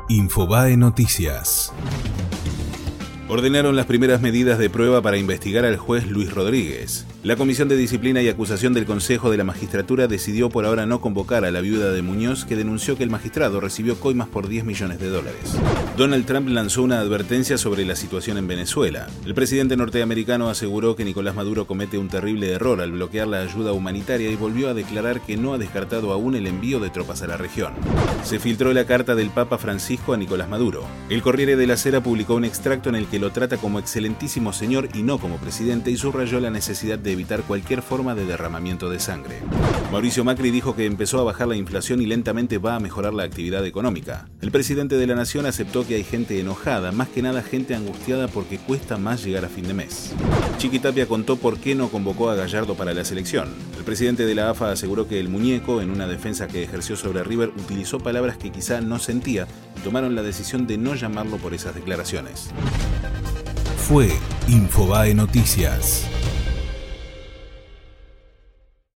Infobae Noticias. Ordenaron las primeras medidas de prueba para investigar al juez Luis Rodríguez. La Comisión de Disciplina y Acusación del Consejo de la Magistratura decidió por ahora no convocar a la viuda de Muñoz, que denunció que el magistrado recibió coimas por $10 millones. Donald Trump lanzó una advertencia sobre la situación en Venezuela. El presidente norteamericano aseguró que Nicolás Maduro comete un terrible error al bloquear la ayuda humanitaria y volvió a declarar que no ha descartado aún el envío de tropas a la región. Se filtró la carta del Papa Francisco a Nicolás Maduro. El Corriere della Sera publicó un extracto en el que lo trata como excelentísimo señor y no como presidente, y subrayó la necesidad de evitar cualquier forma de derramamiento de sangre. Mauricio Macri dijo que empezó a bajar la inflación y lentamente va a mejorar la actividad económica. El presidente de la nación aceptó que hay gente enojada, más que nada gente angustiada porque cuesta más llegar a fin de mes. Chiqui Tapia contó por qué no convocó a Gallardo para la selección. El presidente de la AFA aseguró que el muñeco, en una defensa que ejerció sobre River, utilizó palabras que quizá no sentía y tomaron la decisión de no llamarlo por esas declaraciones. Fue Infobae Noticias.